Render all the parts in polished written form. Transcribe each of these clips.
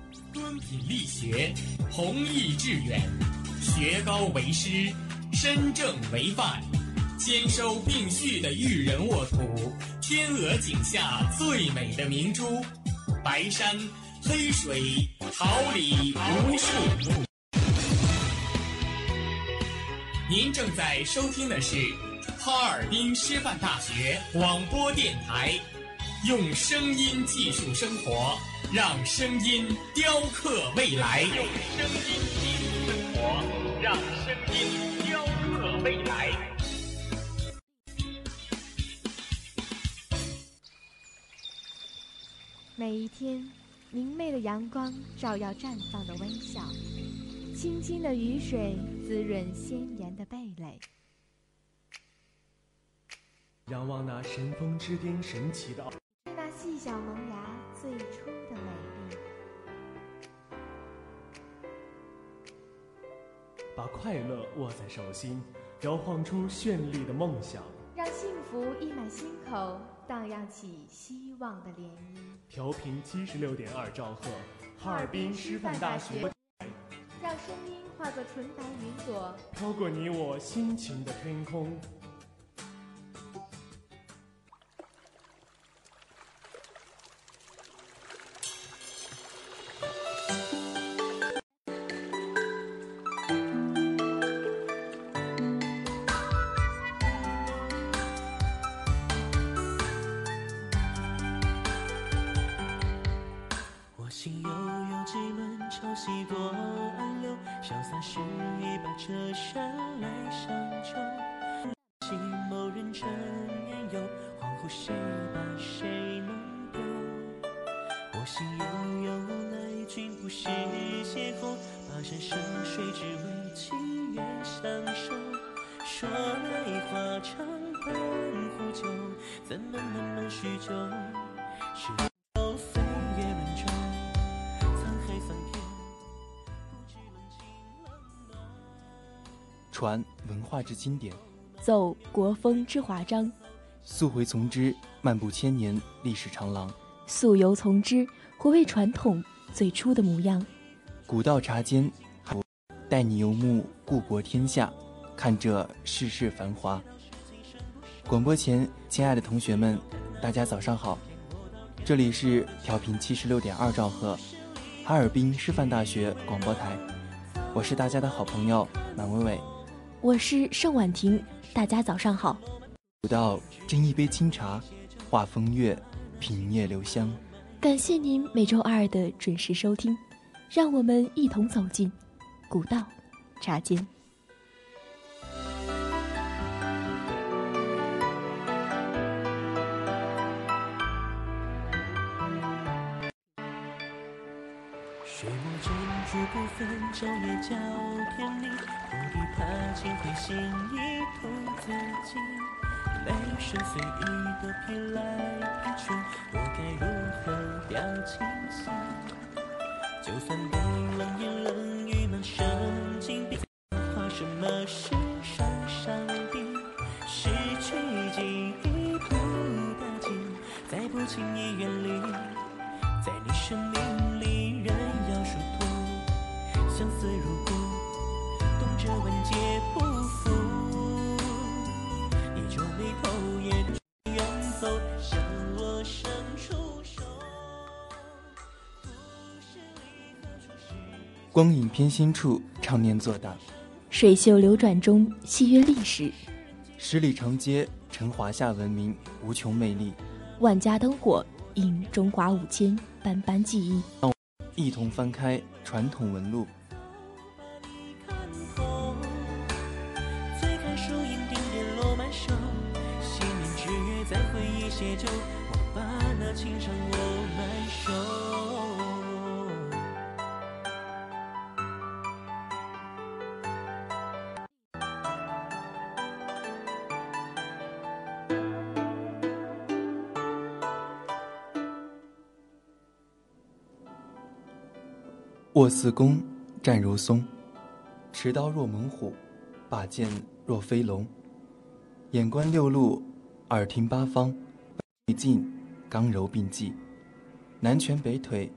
敦品力学，弘毅致远，学高为师，身正为范，兼收并蓄的育人沃土，天鹅颈下最美的明珠，白山黑水，桃李无数。您正在收听的是哈尔滨师范大学广播电台，用声音技术生活，让声音雕刻未来。用声音技术生活，让声音雕刻未来。 每一天，明媚的阳光照耀绽放的微笑，清清的雨水滋润鲜艳的蓓蕾。 仰望那神峰之巅神奇的是那细小萌芽最初的美丽。 把快乐握在手心，摇晃出绚丽的梦想， 让幸福溢满心口，荡漾起希望的涟漪。 调频76.2兆赫，哈尔滨师范大学， 让声音化作纯白云朵， 飘过你我心情的天空。 心悠悠几轮潮汐多暗流，潇洒是一把车山来相求。心某人尘烟游，恍惚谁把谁弄丢？我心悠悠奈君不识邂逅，跋山涉水只为情缘相守。说来话长半壶酒，怎么慢慢叙旧？是传文化之经典， 奏国风之华章， 溯回从之，漫步千年历史长廊， 溯游从之，回味传统最初的模样。 古道茶间，带你游目故国天下，看这世事繁华。广播前，亲爱的同学们，大家早上好，这里是调频76.2兆赫，哈尔滨师范大学广播台，我是大家的好朋友满伟伟。 我是盛婉婷，大家早上好。 古道斟一杯清茶，话风月，品叶留香。 感谢您每周二的准时收听，让我们一同走进古道茶间。 水墨珍珠不分昼夜较天明，不必怕情会心意图自己。泪水随雨的飘来飘去，我该如何表清晰？就算被冷言冷语满身紧闭，怕什么是伤伤地？失去记忆不打紧，再不轻易远离，在你生命里人要殊途，相思如故，动辄万劫不复。你皱眉头也远走，向我伸出手。 光影偏心处，常年作答。 水袖流转中，戏约历史。 十里长街，承华夏文明无穷魅力。 万家灯火，映中华5000斑斑记忆。 让我们一同翻开传统纹路。 醉看树影点点落满手，细念之约在回忆写就，我把那情伤握满手。 卧似弓，战如松，持刀若猛虎，把剑若飞龙。眼观六路，耳听八方，内劲刚柔并济，南拳北腿，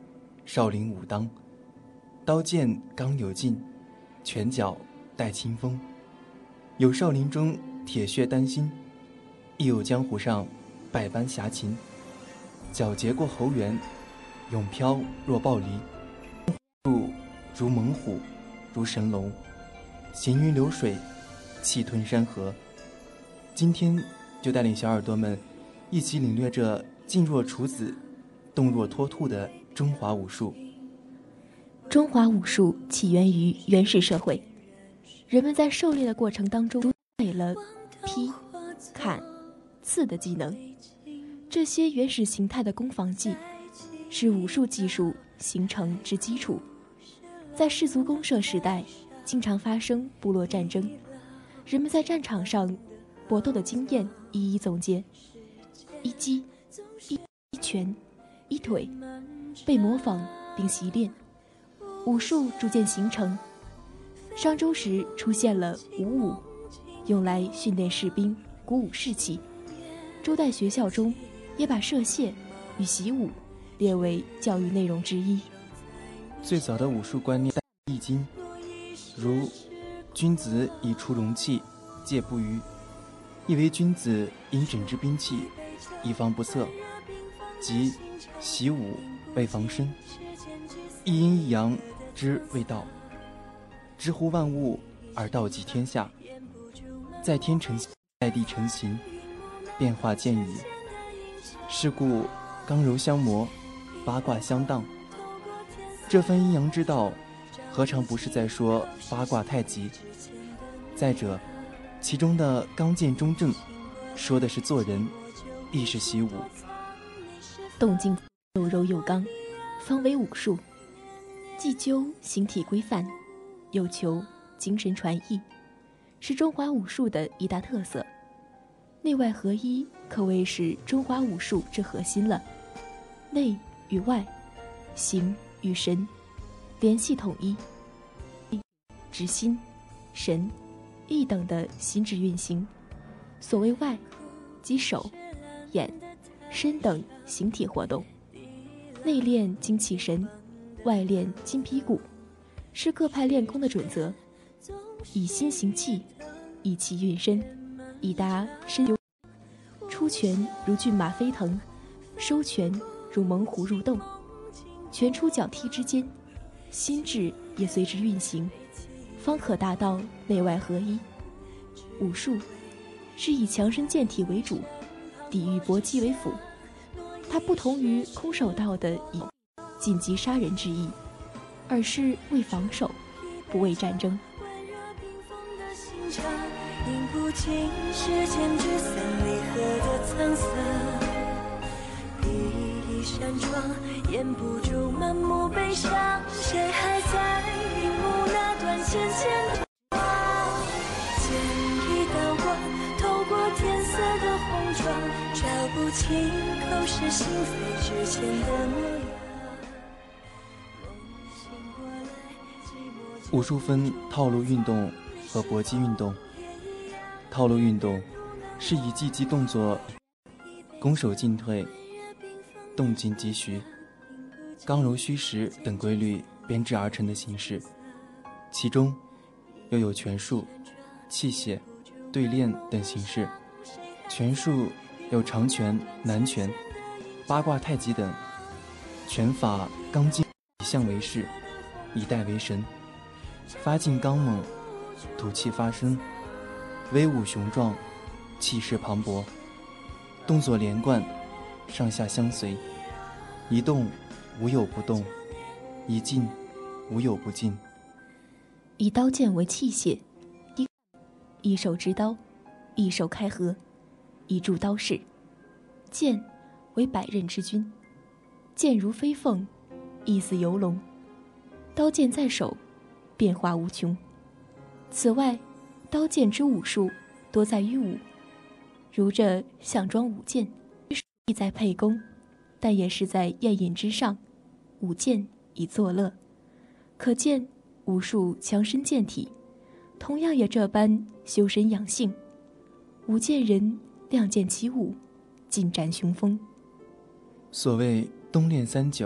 少林武当，刀剑刚有劲，拳脚带清风。有少林中铁血丹心，亦有江湖上百般侠情。皎洁过侯园，勇飘若暴离。如猛虎，如神龙，行云流水，气吞山河。今天就带领小耳朵们一起领略这静若处子，动若脱兔的中华武术。 中华武术起源于原始社会，人们在狩猎的过程当中积累了劈、砍、刺的技能。这些原始形态的攻防技是武术技术形成之基础。在氏族公社时代，经常发生部落战争，人们在战场上搏斗的经验一一总结，一击、一拳、一腿被模仿并习练，武术逐渐形成。商周时出现了武武，用来训练士兵，鼓舞士气。周代学校中也把射械与习武列为教育内容之一。 最早的武术观念易经，如君子以出容器，戒不虞，意为君子应整治兵器，以防不测，即习武为防身。一阴一阳之谓道，知乎万物而道济天下，在天成形，在地成形，变化见矣。是故刚柔相磨，八卦相当。这番阴阳之道，何尝不是在说八卦太极？再者，其中的刚健中正，说的是做人，亦是习武。 动静有柔有刚，方为武术。既究形体规范，又求精神传艺，是中华武术的一大特色。内外合一可谓是中华武术之核心了。内与外，形与神联系统一，指心、神、意等的心智运行。所谓外，即手、眼、身等形体活动。内练精气神，外练筋皮骨，是各派练功的准则。以心行气，以气运身，以达身有。出拳如骏马飞腾，收拳如猛虎入洞。拳出脚踢之间，心智也随之运行，方可达到内外合一。武术是以强身健体为主，抵御搏击为辅。它不同于空手道的以晋级杀人之意，而是为防守，不为战争。 饮不尽世间聚散离合的沧桑，第一扇窗掩不住满目悲伤，谁还在荧幕那段浅浅的光？剑一道光透过天色的红妆，照不清口是心非之间的模样。 武术分套路运动和搏击运动。套路运动是以技击动作、攻守进退、动静急徐、刚柔虚实等规律编制而成的形式，其中又有拳术、器械、对练等形式。拳术有长拳、南拳、八卦太极等，拳法刚劲，以象为势，以带为神，发劲刚猛，吐气发声，威武雄壮，气势磅礴，动作连贯，上下相随，一动无有不动，一静无有不静。 以刀剑为器械，一手执刀，一手开合，以助刀势。剑为百刃之君，剑如飞凤，意似游龙。刀剑在手，变化无穷。此外，刀剑之武术多在于武，如这项庄舞剑，意在配功，但也是在宴饮之上，舞剑以作乐。可见武术强身健体，同样也这般修身养性。舞剑人亮剑起舞，尽展雄风。 所谓冬练3九，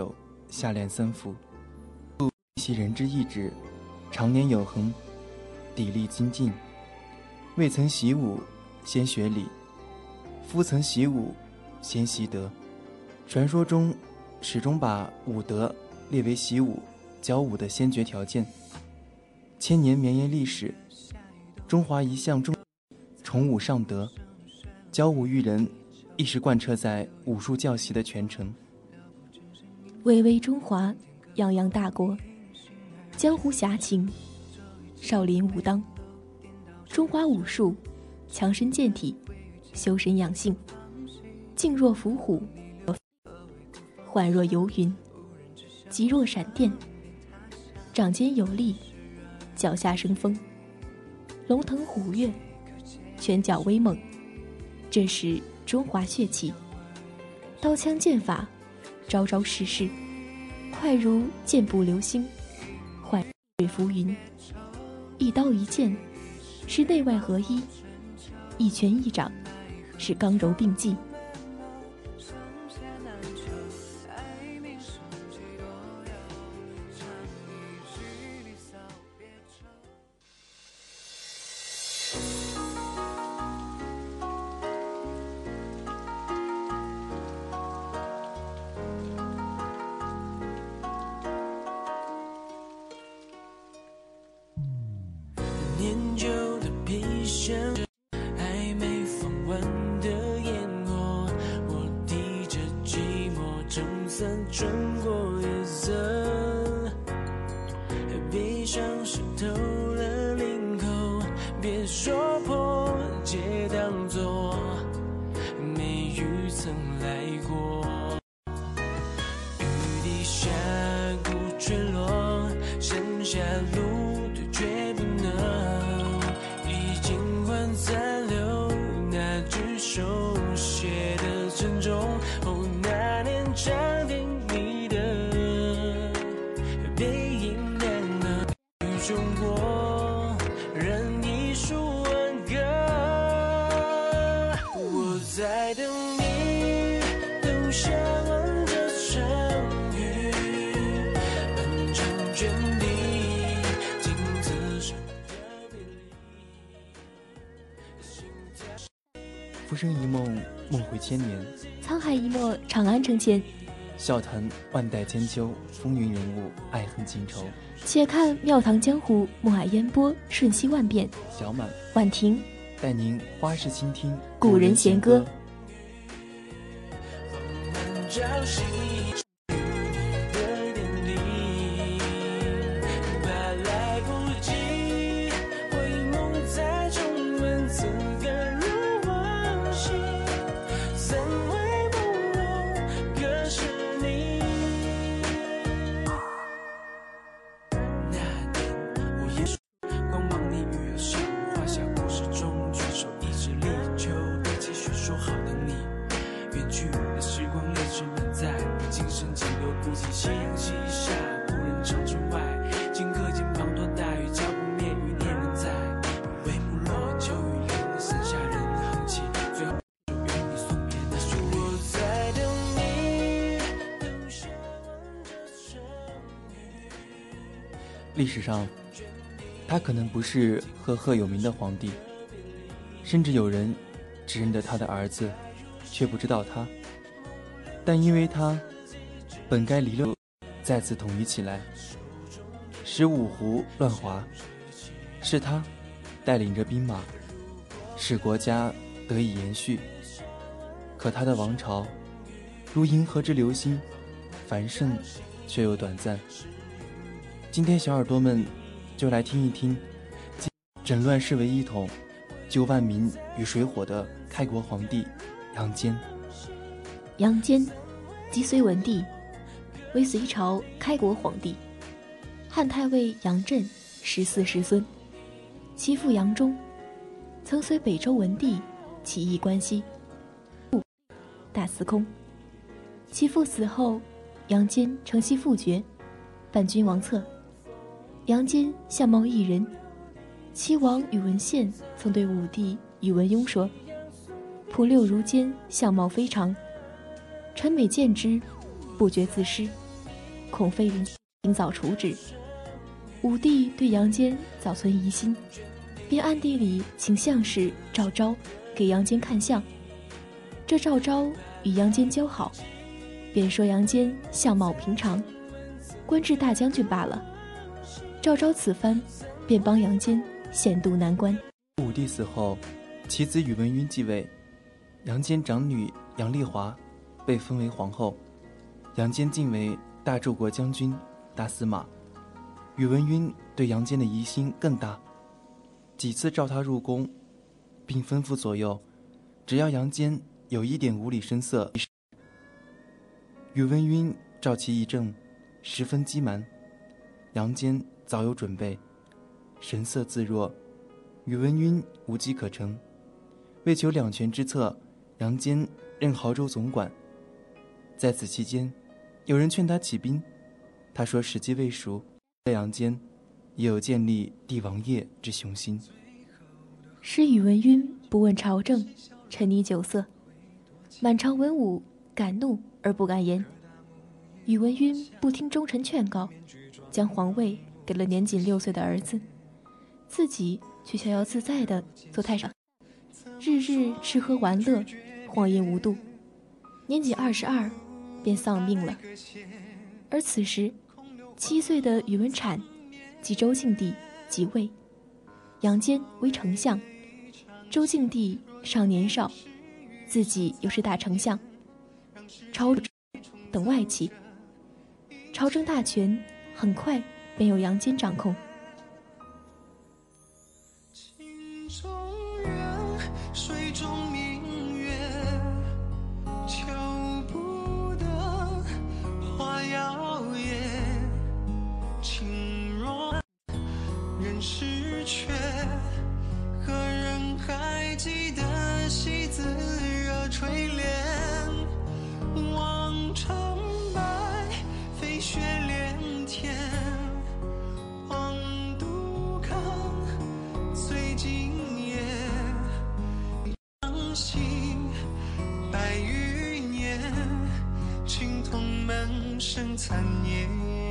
下练三伏，其人之意志，常年有恒，砥砺精进。未曾习武，先学礼；夫曾习武，先习德。传说中始终把武德列为习武、教武的先决条件。千年绵延历史，中华一向崇武尚德，教武育人一直贯彻在武术教习的全程。 巍巍中华，泱泱大国，江湖侠情，少林武当，中华武术，强身健体，修身养性，静若伏虎，缓若游云，急若闪电，掌间有力，脚下生风，龙腾虎跃，拳脚威猛，这是中华血气。刀枪剑法，招招式式，快如箭步流星，缓水浮云。一刀一剑，是内外合一；一拳一掌，是刚柔并济。 年久的皮箱，还没放完的烟火，我提着寂寞，撑伞穿过夜色，闭上湿透了领口，别说破，皆当作没雨曾来过。雨滴下鼓坠落，剩下路对决不能，已经换残留那句手写的珍重。哦，那年长亭你的背影亮了雨中过，任一束挽歌。我在等你，等下完这场雨，漫长卷地，镜子上的别离。 浮生一梦，梦回千年； 沧海一墨，长安成前。 笑谈万代千秋，风云人物，爱恨情仇。 且看庙堂江湖，暮霭烟波，瞬息万变。 小满、 婉婷带您花式倾听古人弦歌。 朝夕你的点滴，怕来不及回眸，再重温此刻如往昔，怎会不容可是你。那年我也说光芒你与有心，画下故事中举手一直力求，对继续说好的你。远去的时光，历史满载，今生几流不及夕阳西下，故人长城外，顷刻间滂沱大雨浇不灭，余念仍在。帷幕落，秋雨淋，剩下人行起，最后属于你送别的旋律。我在等你，等下完这场雨。 历史上，他可能不是赫赫有名的皇帝，甚至有人只认得他的儿子，却不知道他。但因为他本该离了，再次统一起来，使五湖乱华，是他带领着兵马，使国家得以延续。可他的王朝如银河之流星，繁盛却又短暂。今天小耳朵们就来听一听整乱世为一统，救万民于水火的开国皇帝杨坚。 杨坚，即隋文帝，为隋朝开国皇帝，汉太尉杨震14世孙，其父杨忠曾随北周文帝起义关西，大司空。其父死后，杨坚承袭父爵，伴君王侧。杨坚相貌异人，其王宇文宪曾对武帝宇文邕说：“仆六如坚，相貌非常。臣每见之，不觉自失。 恐非人尽早处置。武帝对杨坚早存疑心，便暗地里请相士赵昭给杨坚看相。这赵昭与杨坚交好，便说杨坚相貌平常，官至大将军罢了。赵昭此番便帮杨坚险渡难关。 武帝死后，其子宇文赟继位，杨坚长女杨丽华被封为皇后，杨坚晋为大柱国将军、大司马。宇文赟对杨坚的疑心更大，几次召他入宫，并吩咐左右，只要杨坚有一点无理声色，宇文赟召其议政，十分欺瞒。杨坚早有准备，神色自若，宇文赟无机可乘。为求两全之策，杨坚任亳州总管。在此期间，有人劝他起兵，他说时机未熟。杨坚也有建立帝王业之雄心。 使宇文赟不问朝政，沉溺酒色，满朝文武敢怒而不敢言。宇文赟不听忠臣劝告，将皇位给了年仅6岁的儿子，自己却逍遥自在地做太上，日日吃喝玩乐，荒淫无度。年仅22便丧命了。而此时7岁的宇文阐即周敬帝即位，杨坚为丞相，周敬帝尚年少，自己又是大丞相，朝等外戚，朝政大权很快便由杨坚掌控。 水中明月，求不得花摇曳，情若人是缺，何人还记得戏子热垂帘？望长白，飞雪连天，黄杜康醉今夜。白余年，青铜门生残念。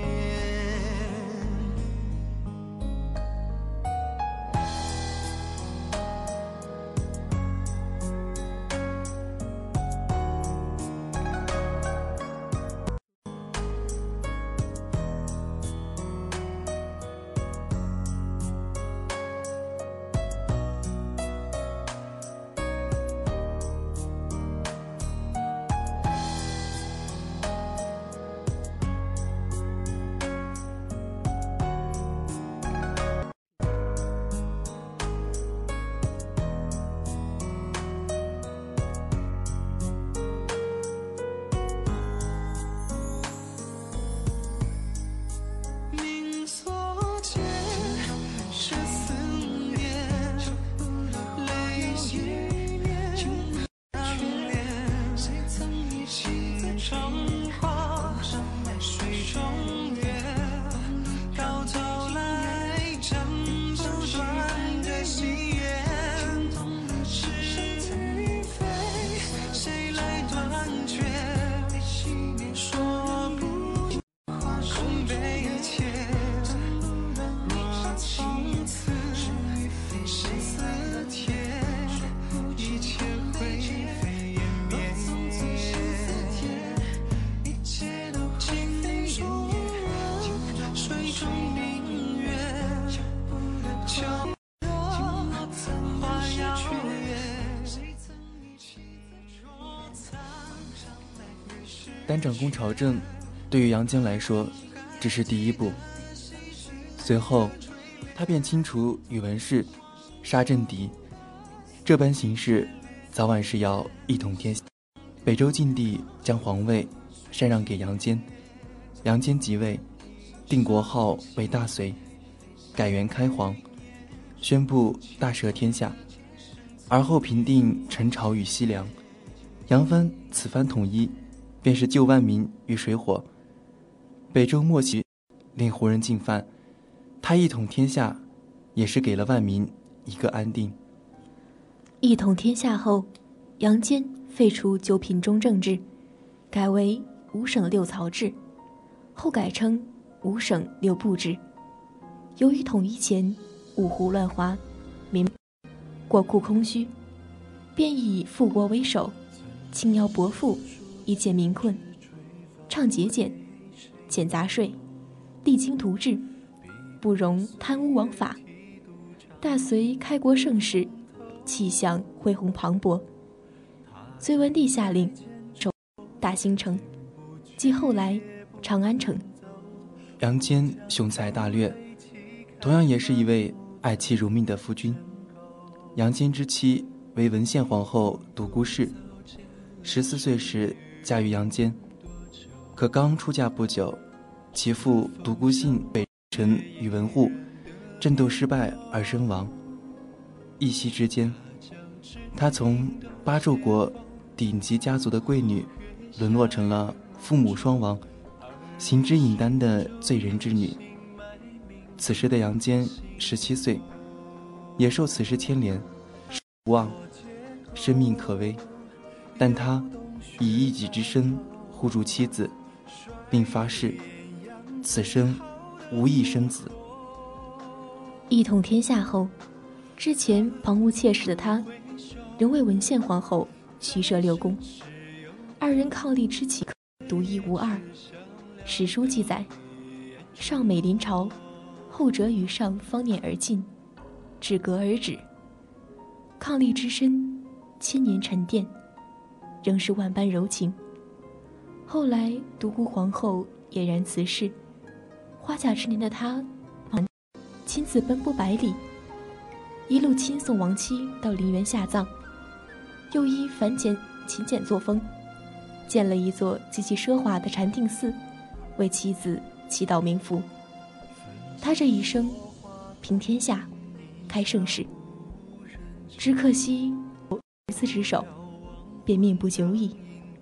单掌控朝政，对于杨坚来说，只是第一步。随后，他便清除宇文氏，杀政敌。这般行事，早晚是要一统天下。北周晋帝将皇位禅让给杨坚，杨坚即位，定国号为大隋，改元开皇，宣布大赦天下。而后平定陈朝与西凉，杨藩此番统一，便是救万民于水火。北周末期令胡人进犯，他一统天下，也是给了万民一个安定。 一统天下后，杨坚废除9品中正制，改为5省6曹制， 后改称5省6部制。由于统一前五胡乱华，民国库空虚，便以富国为首，轻徭薄赋，以解民困，倡节俭，减杂税，励精图治，不容贪污枉法。大隋开国盛世，气象恢宏磅礴。隋文帝下令守大兴城，即后来长安城。 杨坚雄才大略，同样也是一位爱妻如命的夫君。杨坚之妻为文献皇后独孤氏，14岁时嫁于杨坚，可刚出嫁不久，其父独孤信被臣宇文护战斗失败而身亡。一夕之间，她从八纣国顶级家族的贵女，沦落成了父母双亡、行之隐单的罪人之女。此时的杨坚17岁，也受此事牵连，无望，生命可危。但他以一己之身护住妻子，并发誓此生无意生子。 一统天下后，之前旁无妾室的他，仍为文献皇后虚设6宫。2人伉俪之情独一无二。史书记载，上美临朝，后者与上方念而进，止格而止。伉俪之身，千年沉淀，仍是万般柔情。后来独孤皇后俨然辞世，花甲之年的她亲自奔波100里，一路亲送亡妻到陵园下葬，又依勤俭作风，建了一座极其奢华的禅定寺，为妻子祈祷冥福。他这一生平天下，开盛世，只可惜儿子之手，便命不久矣。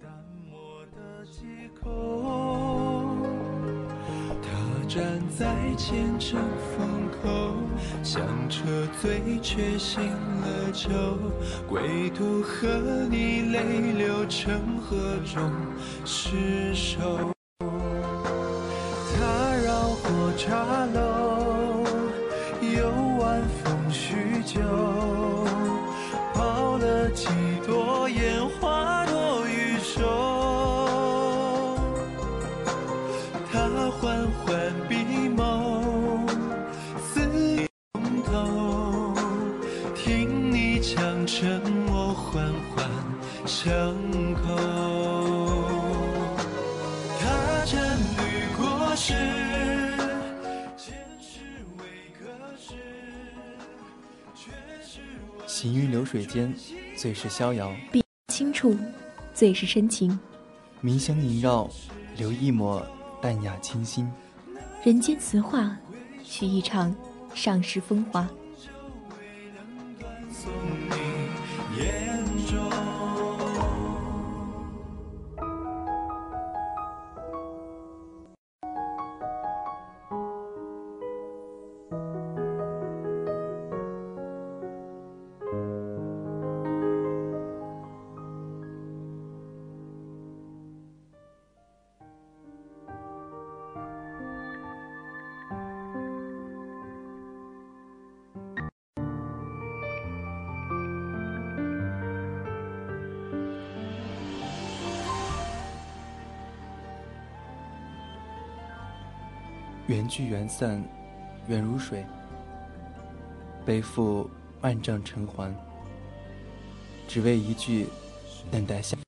站在前程风口，响彻醉却醒了酒，归途和你泪流成河中失守。他绕过茶楼，又晚风叙旧，泡了几朵烟花多余手。他缓缓闭眸，似一通透，听你将沉默缓缓伤口。他沾绿过时，前世未可知，却是我行于流水间，最是逍遥； 笔轻触，最是深情。 冥香萦绕，留一抹淡雅清新。 人间词话，取一场上世风华。 送你眼中。 缘聚缘散，缘如水，背负万丈尘寰，只为一句等待相。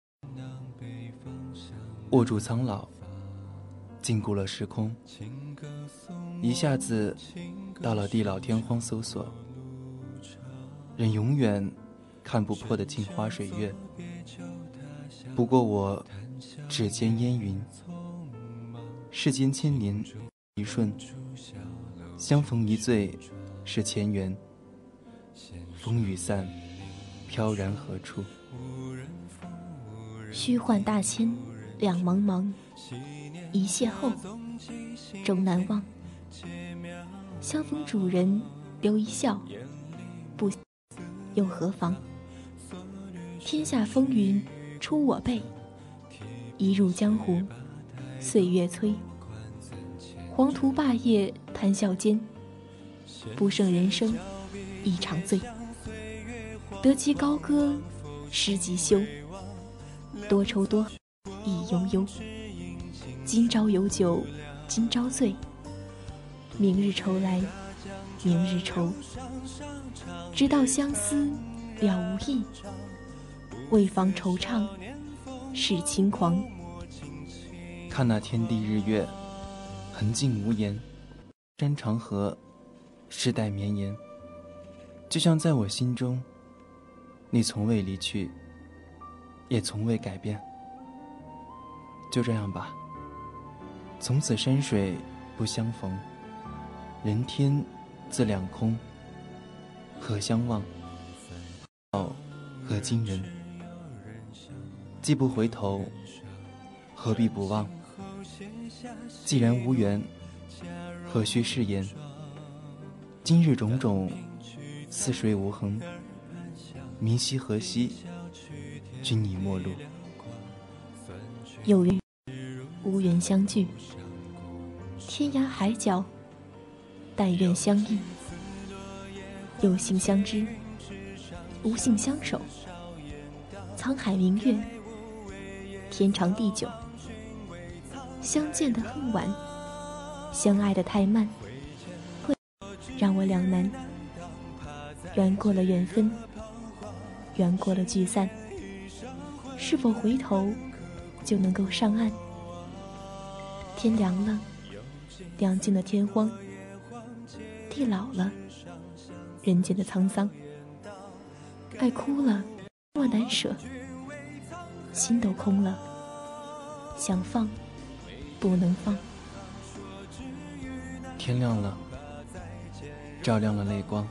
握住苍老，禁锢了时空，一下子到了地老天荒搜索，人永远看不破的镜花水月。不过我指尖烟云，世间千年一瞬，相逢一醉是前缘，风雨散，飘然何处？ 虚幻大千，两茫茫，一邂逅，终难忘。相逢主人留一笑，不又何妨？天下风云出我辈，一入江湖，岁月催。 黄土霸业谈笑间，不胜人生一场醉。得其高歌失其休，多愁多亦悠悠。今朝有酒今朝醉，明日愁来明日愁。直到相思了无益，为防惆怅是轻狂。 看那天地日月，痕迹无言，山长河，世代绵延。就像在我心中，你从未离去，也从未改变。就这样吧，从此山水不相逢，人天自两空。何相忘？何惊人？既不回头，何必不忘？既然无缘，何须誓言？今日种种，似水无痕。明夕何夕，君已陌路。 有缘无缘相聚，天涯海角，但愿相依。有幸相知，无幸相守。沧海明月，天长地久。相见的很晚，相爱的太慢，会让我两难。缘过了缘分，缘过了聚散，是否回头就能够上岸？天凉了，凉尽了天荒，地老了，人间的沧桑。爱哭了，莫难舍，心都空了，想放不能放。 天亮了，照亮了泪光，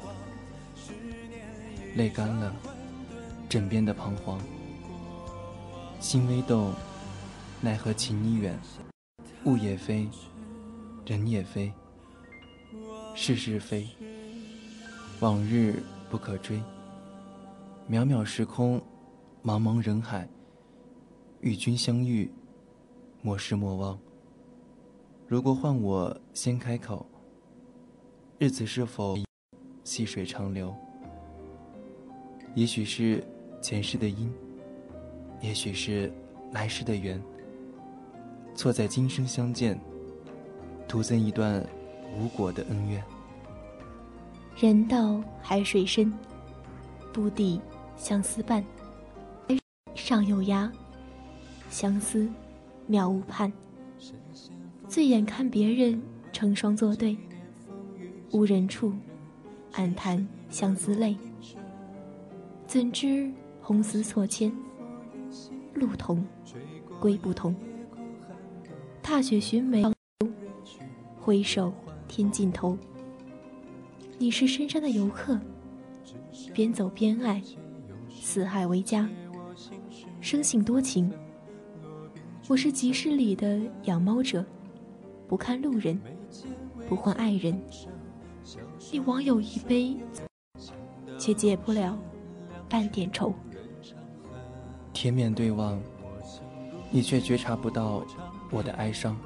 泪干了，枕边的彷徨。心微动，奈何情已远。物也非，人也非，世事非，往日不可追。渺渺时空，茫茫人海，与君相遇，莫失莫忘。如果换我先开口，日子是否细水长流？也许是前世的因，也许是来世的缘，错在今生相见，徒增一段无果的恩怨。 人到海水深，不抵相思半。上有涯，相思渺无畔。醉眼看别人成双作对，无人处，暗叹相思泪。怎知红丝错牵，路同归不同。踏雪寻梅，回首天尽头。你是深山的游客，边走边爱，四海为家，生性多情。我是集市里的养猫者，不看路人，不换爱人。你枉有一杯，却解不了半点愁。 天面对望，你却觉察不到我的哀伤。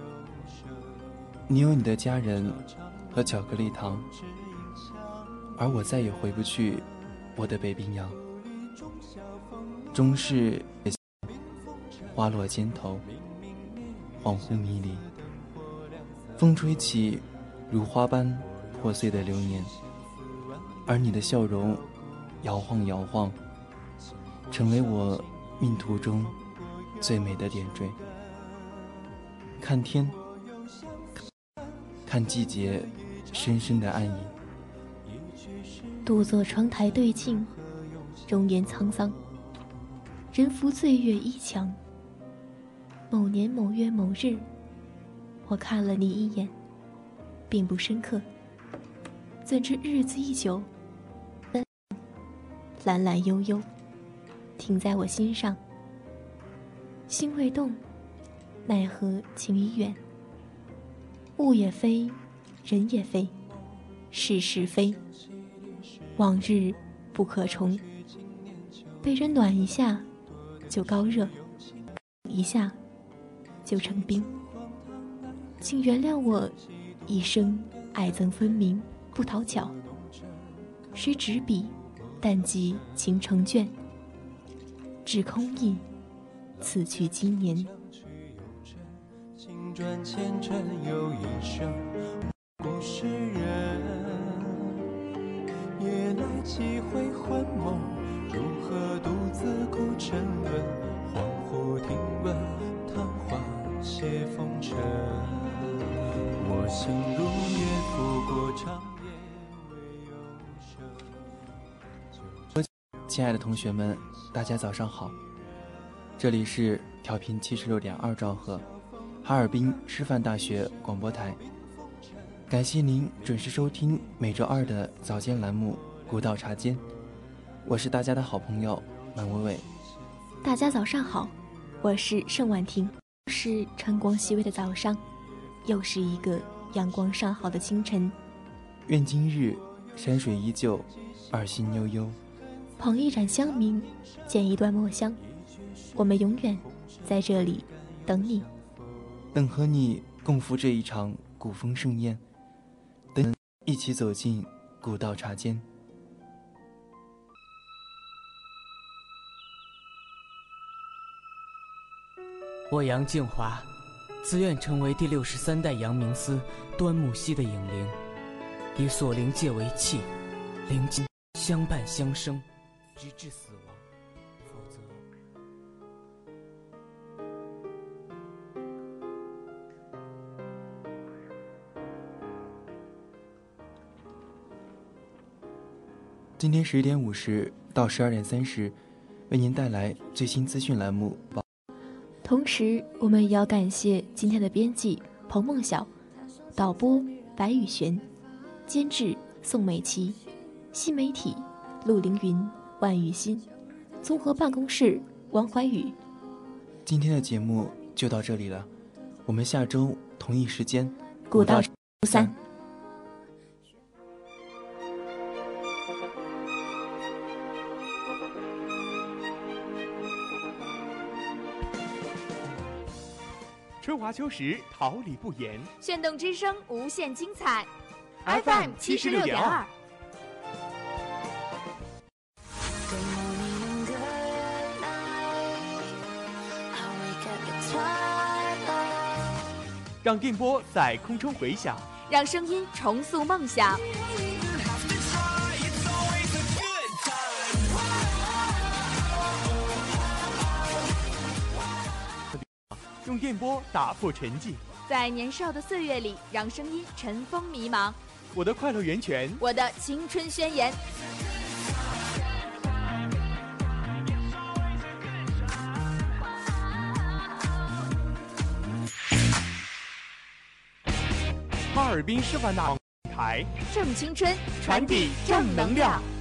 你有你的家人和巧克力糖，而我再也回不去我的北冰洋。终是花落肩头，恍惚迷离。风吹起如花般破碎的流年，而你的笑容摇晃摇晃，成为我命途中最美的点缀。看天，看季节深深的暗影。 独坐窗台对镜，容颜沧桑。人浮岁月衣墙。某年某月某日，我看了你一眼，并不深刻。怎知日子一久，懒懒悠悠，停在我心上。心未动，奈何情已远。物也非，人也非，世事非，往日不可重。被人暖一下就高热，一下就成冰。 请原谅我一生爱憎分明，不讨巧。虽执笔，但寄情成卷。只空意，此去经年。 行转前尘又一生，故事人夜来几回魂梦，如何独自孤沉沦？恍惚听闻昙花谢风尘，我心如也拂过长夜未有声。 亲爱的同学们，大家早上好，这里是调频76.2兆赫，哈尔滨师范大学广播台。感谢您准时收听每周二的早间栏目《古道茶间》，我是大家的好朋友满伟伟。 大家早上好，我是盛婉婷。是晨光熹微的早上，又是一个阳光尚好的清晨。 愿今日山水依旧，二心悠悠。 捧一盏香茗，剪一段墨香，我们永远在这里等你， 等和你共赴这一场古风盛宴，等一起走进古道茶间。 我杨静华，自愿成为第63代阳明司端木溪的影灵，以所灵界为契，灵境相伴相生，直至死亡。否则， 今天11点50到12点30，为您带来最新资讯栏目。 同时，我们也要感谢今天的编辑彭梦晓、导播白宇璇、监制宋美琪、新媒体陆凌云、万玉新、综合办公室王怀宇。 今天的节目就到这里了，我们下周同一时间古道3。 春华秋实，桃李不言。 炫动之声，无限精彩。 FM 76.2。让电波在空中回响， 让声音重塑梦想。 用电波打破沉寂， 在年少的岁月里，让声音尘封迷茫。 我的快乐源泉， 我的青春宣言。 哈尔滨师范大学台， 正青春， 传递正能量。